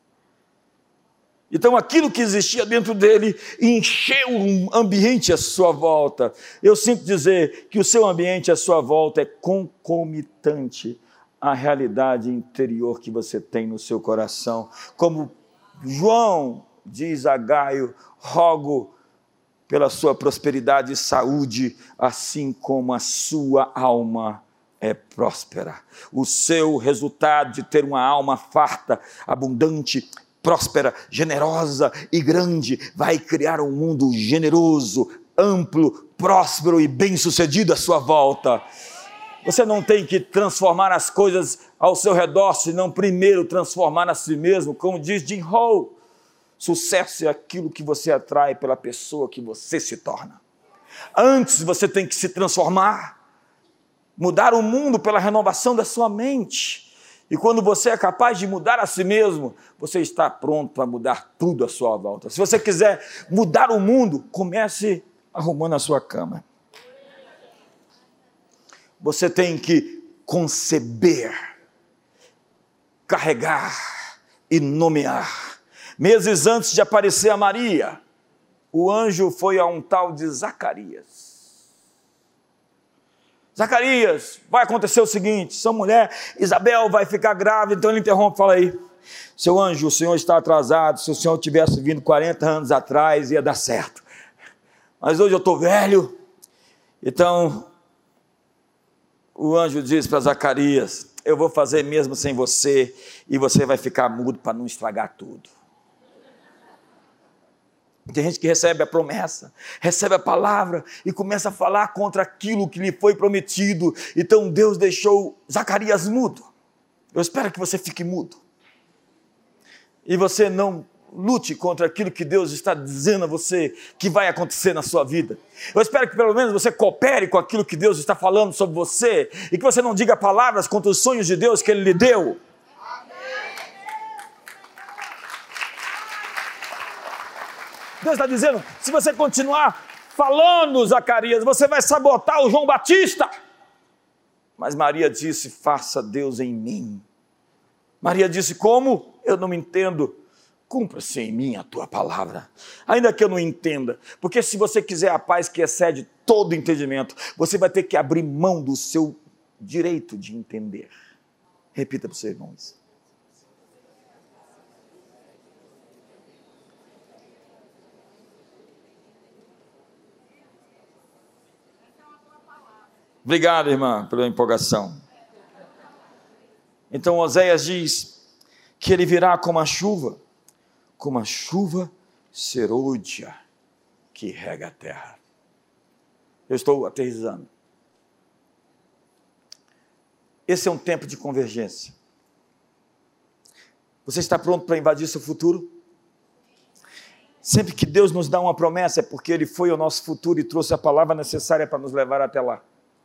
Então aquilo que existia dentro dele encheu um ambiente à sua volta. Eu sinto dizer que o seu ambiente à sua volta é concomitante à realidade interior que você tem no seu coração. Como João diz a Gaio, rogo pela sua prosperidade e saúde, assim como a sua alma é próspera. O seu resultado de ter uma alma farta, abundante, próspera, generosa e grande, vai criar um mundo generoso, amplo, próspero e bem-sucedido à sua volta. Você não tem que transformar as coisas ao seu redor, senão primeiro transformar a si mesmo, como diz Jim Rohn. Sucesso é aquilo que você atrai pela pessoa que você se torna. Antes você tem que se transformar, mudar o mundo pela renovação da sua mente. E quando você é capaz de mudar a si mesmo, você está pronto para mudar tudo à sua volta. Se você quiser mudar o mundo, comece arrumando a sua cama. Você tem que conceber, carregar e nomear. Meses antes de aparecer a Maria, o anjo foi a um tal de Zacarias. Zacarias, vai acontecer o seguinte, sua mulher Isabel vai ficar grávida. Então ele interrompe e fala aí, seu anjo, o senhor está atrasado, se o senhor tivesse vindo quarenta anos atrás ia dar certo, mas hoje eu estou velho. Então o anjo diz para Zacarias, eu vou fazer mesmo sem você, e você vai ficar mudo para não estragar tudo. Tem gente que recebe a promessa, recebe a palavra e começa a falar contra aquilo que lhe foi prometido. Então Deus deixou Zacarias mudo. Eu espero que você fique mudo. E você não lute contra aquilo que Deus está dizendo a você que vai acontecer na sua vida. Eu espero que pelo menos você coopere com aquilo que Deus está falando sobre você e que você não diga palavras contra os sonhos de Deus que Ele lhe deu. Deus está dizendo, se você continuar falando, Zacarias, você vai sabotar o João Batista. Mas Maria disse, faça Deus em mim. Maria disse, como? Eu não entendo. Cumpra-se em mim a tua palavra. Ainda que eu não entenda, porque se você quiser a paz que excede todo entendimento, você vai ter que abrir mão do seu direito de entender. Repita para os seus irmãos. Obrigado, irmã, pela empolgação. Então Oséias diz que ele virá como a chuva, como a chuva serôdia que rega a terra. Eu estou aterrissando. Esse é um tempo de convergência. Você está pronto para invadir seu futuro? Sempre que Deus nos dá uma promessa é porque Ele foi o nosso futuro e trouxe a palavra necessária para nos levar até lá.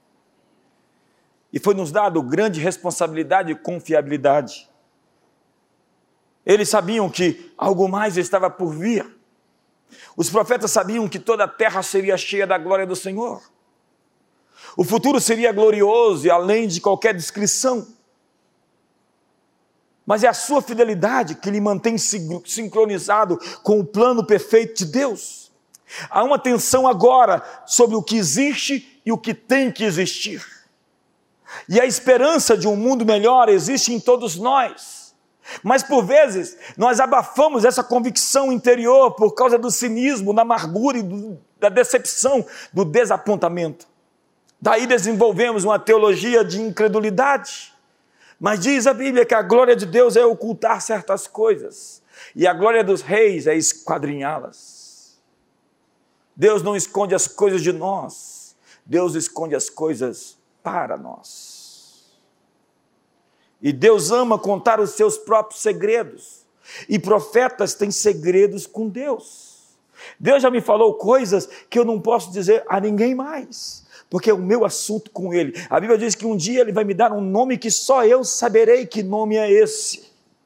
E foi nos dado grande responsabilidade e confiabilidade. Eles sabiam que algo mais estava por vir. Os profetas sabiam que toda a terra seria cheia da glória do Senhor. O futuro seria glorioso e além de qualquer descrição. Mas é a sua fidelidade que lhe mantém sincronizado com o plano perfeito de Deus. Há uma tensão agora sobre o que existe e o que tem que existir. E a esperança de um mundo melhor existe em todos nós. Mas por vezes nós abafamos essa convicção interior por causa do cinismo, da amargura e do, da decepção, do desapontamento. Daí desenvolvemos uma teologia de incredulidade. Mas diz a Bíblia que a glória de Deus é ocultar certas coisas, e a glória dos reis é esquadrinhá-las. Deus não esconde as coisas de nós, Deus esconde as coisas para nós. E Deus ama contar os seus próprios segredos, e profetas têm segredos com Deus. Deus já me falou coisas que eu não posso dizer a ninguém mais, porque é o meu assunto com Ele. A Bíblia diz que um dia Ele vai me dar um nome que só eu saberei que nome é esse.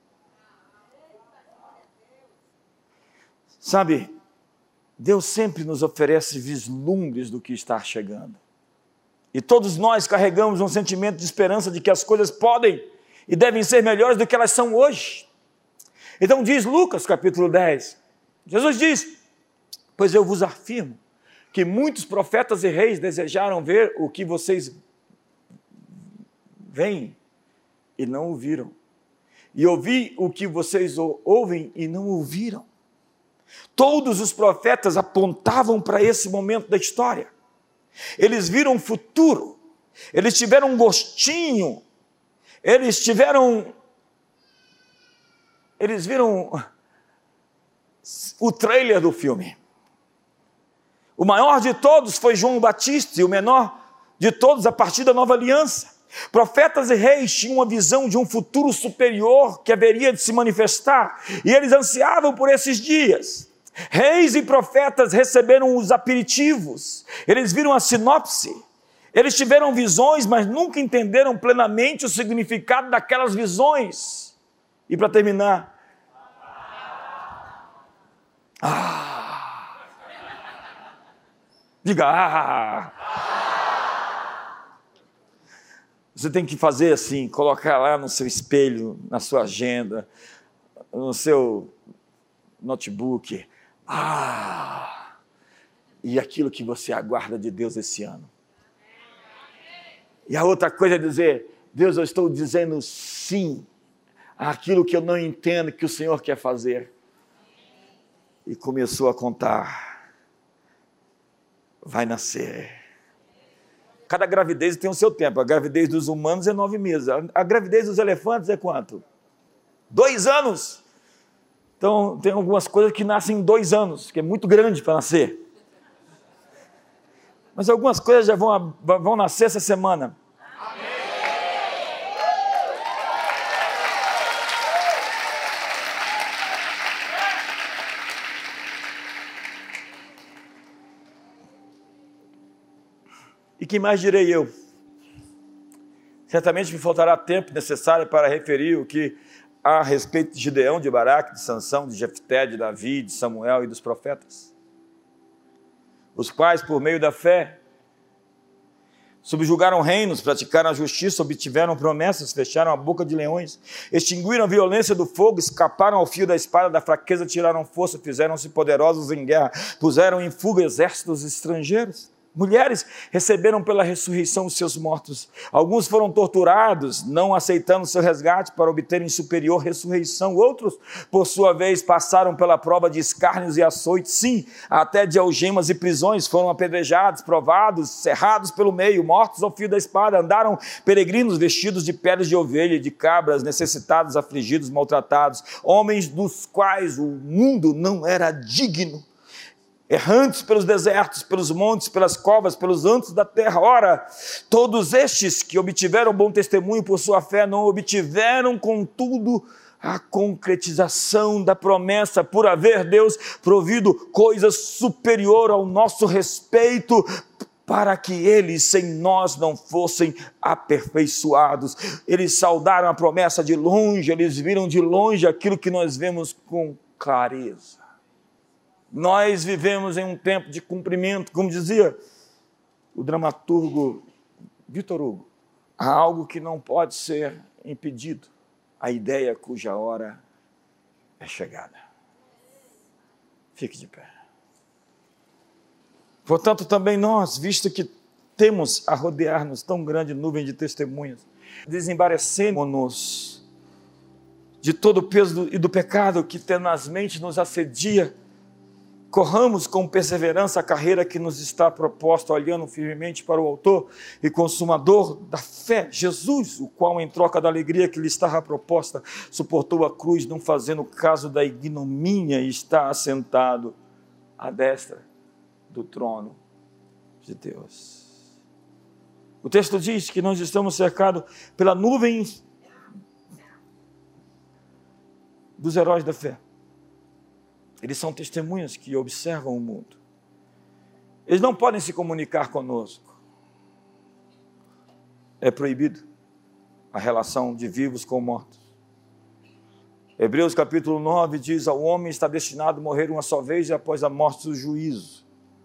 Sabe, Deus sempre nos oferece vislumbres do que está chegando. E todos nós carregamos um sentimento de esperança de que as coisas podem e devem ser melhores do que elas são hoje. Então diz Lucas capítulo dez, Jesus diz: pois eu vos afirmo que muitos profetas e reis desejaram ver o que vocês veem e não ouviram, e ouvir o que vocês ouvem e não ouviram. Todos os profetas apontavam para esse momento da história. Eles viram o futuro, eles tiveram um gostinho, eles tiveram, eles viram o trailer do filme. O maior de todos foi João Batista, e o menor de todos a partir da nova aliança. Profetas e reis tinham uma visão de um futuro superior que haveria de se manifestar, e eles ansiavam por esses dias. Reis e profetas receberam os aperitivos, eles viram a sinopse, eles tiveram visões, mas nunca entenderam plenamente o significado daquelas visões. E para terminar, ah, diga, ah, você tem que fazer assim, colocar lá no seu espelho, na sua agenda, no seu notebook, ah, e aquilo que você aguarda de Deus esse ano. E a outra coisa é dizer: Deus, eu estou dizendo sim àquilo que eu não entendo que o Senhor quer fazer. E começou a contar, vai nascer. Cada gravidez tem o seu tempo. A gravidez dos humanos é nove meses. A gravidez dos elefantes é quanto? Dois anos. Então, tem algumas coisas que nascem em dois anos, que é muito grande para nascer. Mas algumas coisas já vão, vão nascer essa semana. E que mais direi eu? Certamente me faltará tempo necessário para referir o que há a respeito de Gideão, de Baraque, de Sansão, de Jefté, de Davi, de Samuel e dos profetas, os quais, por meio da fé, subjugaram reinos, praticaram a justiça, obtiveram promessas, fecharam a boca de leões, extinguiram a violência do fogo, escaparam ao fio da espada, da fraqueza tiraram força, fizeram-se poderosos em guerra, puseram em fuga exércitos estrangeiros. Mulheres receberam pela ressurreição os seus mortos. Alguns foram torturados, não aceitando seu resgate para obterem superior ressurreição. Outros, por sua vez, passaram pela prova de escárnios e açoites, sim, até de algemas e prisões. Foram apedrejados, provados, cerrados pelo meio, mortos ao fio da espada. Andaram peregrinos vestidos de peles de ovelha e de cabras, necessitados, afligidos, maltratados, homens dos quais o mundo não era digno. Errantes pelos desertos, pelos montes, pelas covas, pelos antros da terra. Ora, todos estes que obtiveram bom testemunho por sua fé, não obtiveram, contudo, a concretização da promessa, por haver Deus provido coisa superior ao nosso respeito, para que eles sem nós não fossem aperfeiçoados. Eles saudaram a promessa de longe, eles viram de longe aquilo que nós vemos com clareza. Nós vivemos em um tempo de cumprimento, como dizia o dramaturgo Victor Hugo, há algo que não pode ser impedido, a ideia cuja hora é chegada. Fique de pé. Portanto, também nós, visto que temos a rodear-nos tão grande nuvem de testemunhas, desembarecemos-nos de todo o peso e do pecado que tenazmente nos assedia. Corramos com perseverança a carreira que nos está proposta, olhando firmemente para o autor e consumador da fé, Jesus, o qual, em troca da alegria que lhe estava proposta, suportou a cruz, não fazendo caso da ignomínia, e está assentado à destra do trono de Deus. O texto diz que nós estamos cercados pela nuvem dos heróis da fé. Eles são testemunhas que observam o mundo. Eles não podem se comunicar conosco. É proibido a relação de vivos com mortos. Hebreus capítulo nove diz: ao homem está destinado a morrer uma só vez e após a morte o juízo.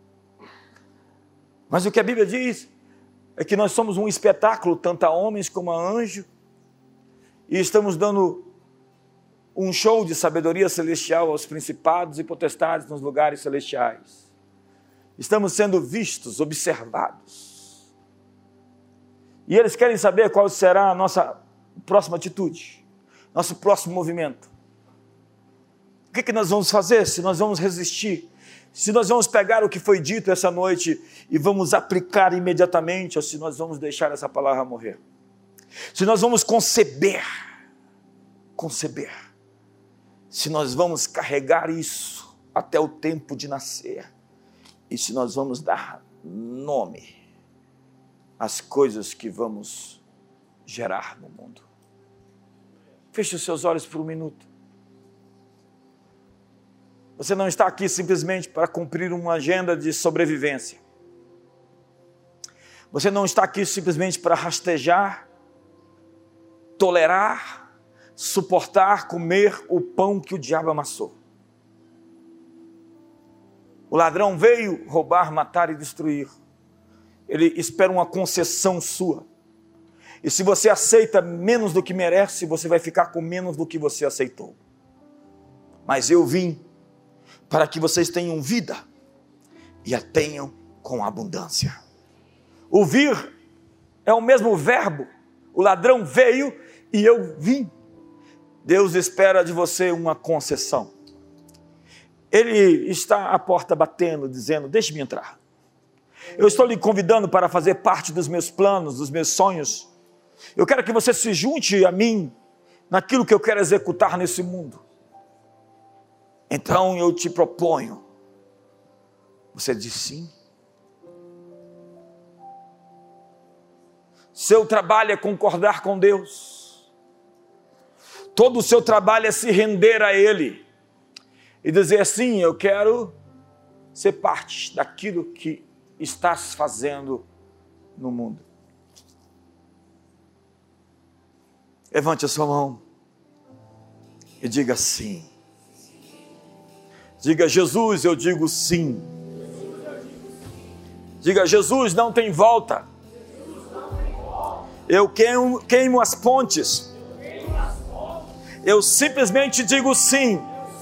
Mas o que a Bíblia diz é que nós somos um espetáculo, tanto a homens como a anjos, e estamos dando um show de sabedoria celestial aos principados e potestades nos lugares celestiais. Estamos sendo vistos, observados. E eles querem saber qual será a nossa próxima atitude, nosso próximo movimento. O que, que nós vamos fazer? Se nós vamos resistir, se nós vamos pegar o que foi dito essa noite e vamos aplicar imediatamente, ou se nós vamos deixar essa palavra morrer. Se nós vamos conceber, conceber, se nós vamos carregar isso até o tempo de nascer, e se nós vamos dar nome às coisas que vamos gerar no mundo. Feche os seus olhos por um minuto. Você não está aqui simplesmente para cumprir uma agenda de sobrevivência. Você não está aqui simplesmente para rastejar, tolerar, suportar, comer o pão que o diabo amassou. O ladrão veio roubar, matar e destruir. Ele espera uma concessão sua. E se você aceita menos do que merece, você vai ficar com menos do que você aceitou. Mas eu vim para que vocês tenham vida e a tenham com abundância. Ouvir é o mesmo verbo. O ladrão veio e eu vim. Deus espera de você uma concessão. Ele está à porta batendo, dizendo: deixe-me entrar. Eu estou lhe convidando para fazer parte dos meus planos, dos meus sonhos. Eu quero que você se junte a mim naquilo que eu quero executar nesse mundo. Então eu te proponho. Você diz sim. Seu trabalho é concordar com Deus. Todo o seu trabalho é se render a Ele e dizer assim: eu quero ser parte daquilo que estás fazendo no mundo. Levante a sua mão e diga sim. Diga: Jesus, eu digo sim. Diga: Jesus, não tem volta. Eu queimo, queimo as pontes. Eu simplesmente digo sim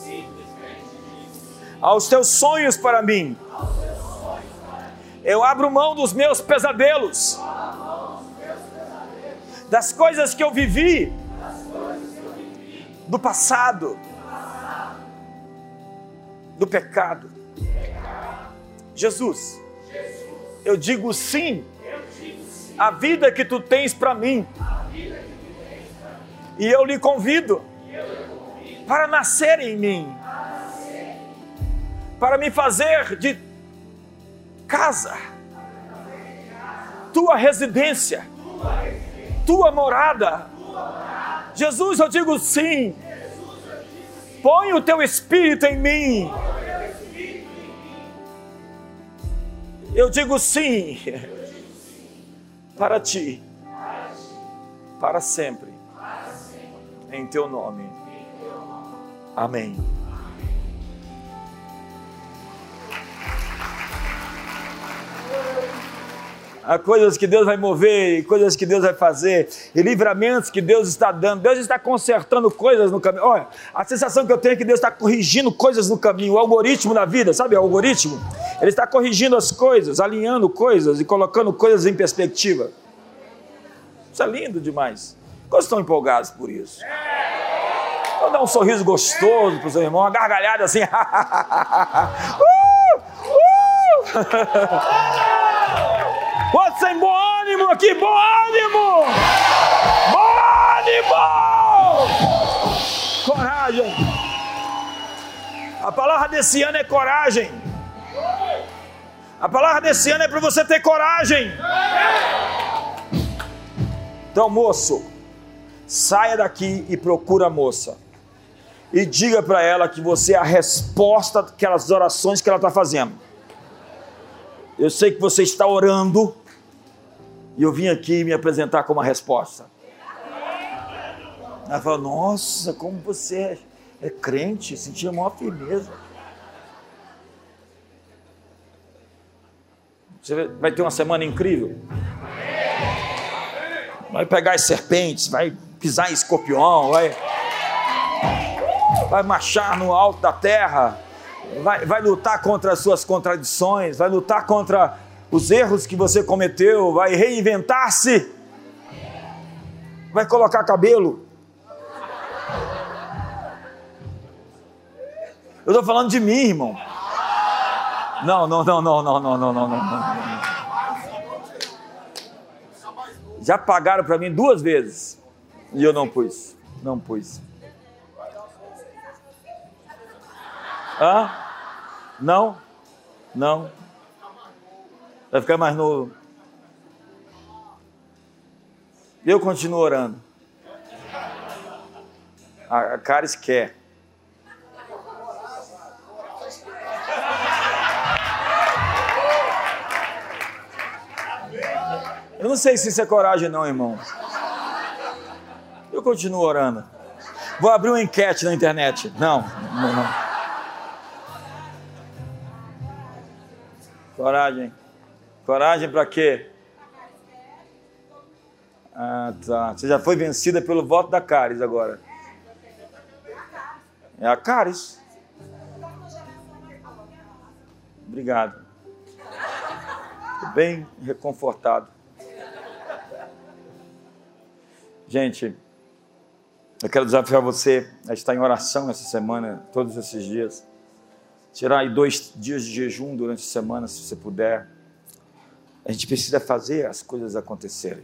aos teus sonhos para mim. Eu abro mão dos meus pesadelos, das coisas que eu vivi do passado, do pecado. Jesus, eu digo sim à vida que tu tens para mim. E eu lhe convido para nascer em mim, para me fazer de casa, tua residência, tua morada. Jesus, eu digo sim. Põe o teu Espírito em mim. Eu digo sim para ti, para sempre. Em teu nome. Amém. Há coisas que Deus vai mover, coisas que Deus vai fazer, e livramentos que Deus está dando. Deus está consertando coisas no caminho. Olha, a sensação que eu tenho é que Deus está corrigindo coisas no caminho. O algoritmo da vida, sabe o algoritmo? Ele está corrigindo as coisas, alinhando coisas e colocando coisas em perspectiva. Isso é lindo demais. Quantos estão empolgados por isso? Vou dar um sorriso gostoso para o seu irmão, uma gargalhada assim. uh, uh. Quantos sem bom ânimo aqui? Bom ânimo! Bom ânimo! Coragem. A palavra desse ano é coragem. A palavra desse ano é para você ter coragem. Então, moço, saia daqui e procura a moça. E diga para ela que você é a resposta daquelas orações que ela está fazendo. Eu sei que você está orando e eu vim aqui me apresentar como a resposta. Ela fala, nossa, como você é, é crente, sentia a maior firmeza. Você vai ter uma semana incrível. Vai pegar as serpentes, vai pisar em escorpião, vai, vai marchar no alto da terra, vai, vai lutar contra as suas contradições, vai lutar contra os erros que você cometeu, vai reinventar-se, vai colocar cabelo. Eu estou falando de mim, irmão. Não, não, não, não, não, não, não, não, não, não. Já pagaram para mim duas vezes e eu não pus, não pus. Hã? Não? Não? Vai ficar mais novo. Eu continuo orando. A Caris quer. Eu não sei se isso é coragem não, irmão. Eu continuo orando. Vou abrir uma enquete na internet. Não, não, não. Coragem. Coragem para quê? Ah, tá. Você já foi vencida pelo voto da Caris agora. É a Caris. Obrigado. Tô bem reconfortado. Gente, eu quero desafiar você a estar em oração essa semana, todos esses dias. Tirar aí dois dias de jejum durante a semana, se você puder. A gente precisa fazer as coisas acontecerem.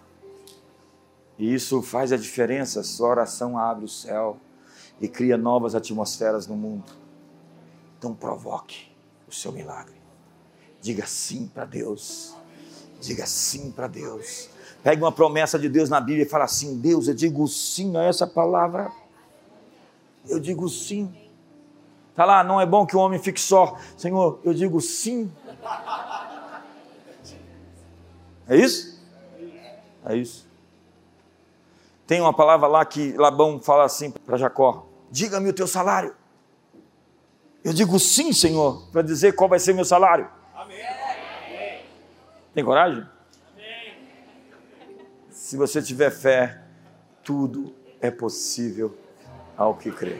E isso faz a diferença. Sua oração abre o céu e cria novas atmosferas no mundo. Então provoque o seu milagre. Diga sim para Deus. Diga sim para Deus. Pegue uma promessa de Deus na Bíblia e fala assim, Deus, eu digo sim a essa palavra. Eu digo sim. Está lá, não é bom que o homem fique só. Senhor, eu digo sim. É isso? É isso. Tem uma palavra lá que Labão fala assim para Jacó. Diga-me o teu salário. Eu digo sim, Senhor, para dizer qual vai ser meu salário. Amém. Tem coragem? Se você tiver fé, tudo é possível ao que crê.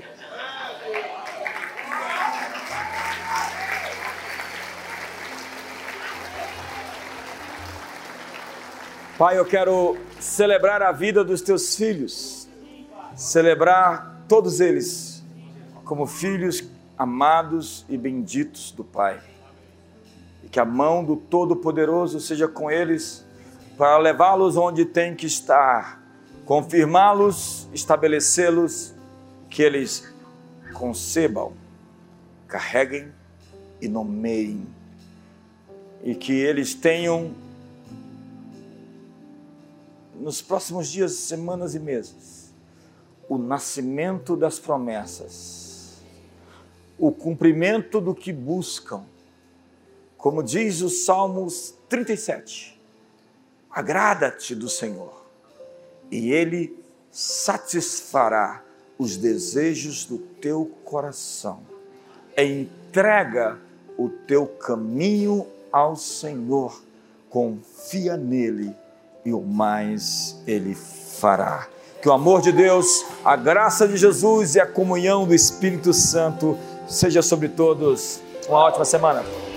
Pai, eu quero celebrar a vida dos teus filhos, celebrar todos eles como filhos amados e benditos do Pai. E que a mão do Todo-Poderoso seja com eles, para levá-los onde tem que estar, confirmá-los, estabelecê-los, que eles concebam, carreguem e nomeiem, e que eles tenham, nos próximos dias, semanas e meses, o nascimento das promessas, o cumprimento do que buscam, como diz o Salmos trinta e sete, agrada-te do Senhor, e Ele satisfará os desejos do teu coração. Entrega o teu caminho ao Senhor, confia nele e o mais Ele fará. Que o amor de Deus, a graça de Jesus e a comunhão do Espírito Santo seja sobre todos. Uma ótima semana.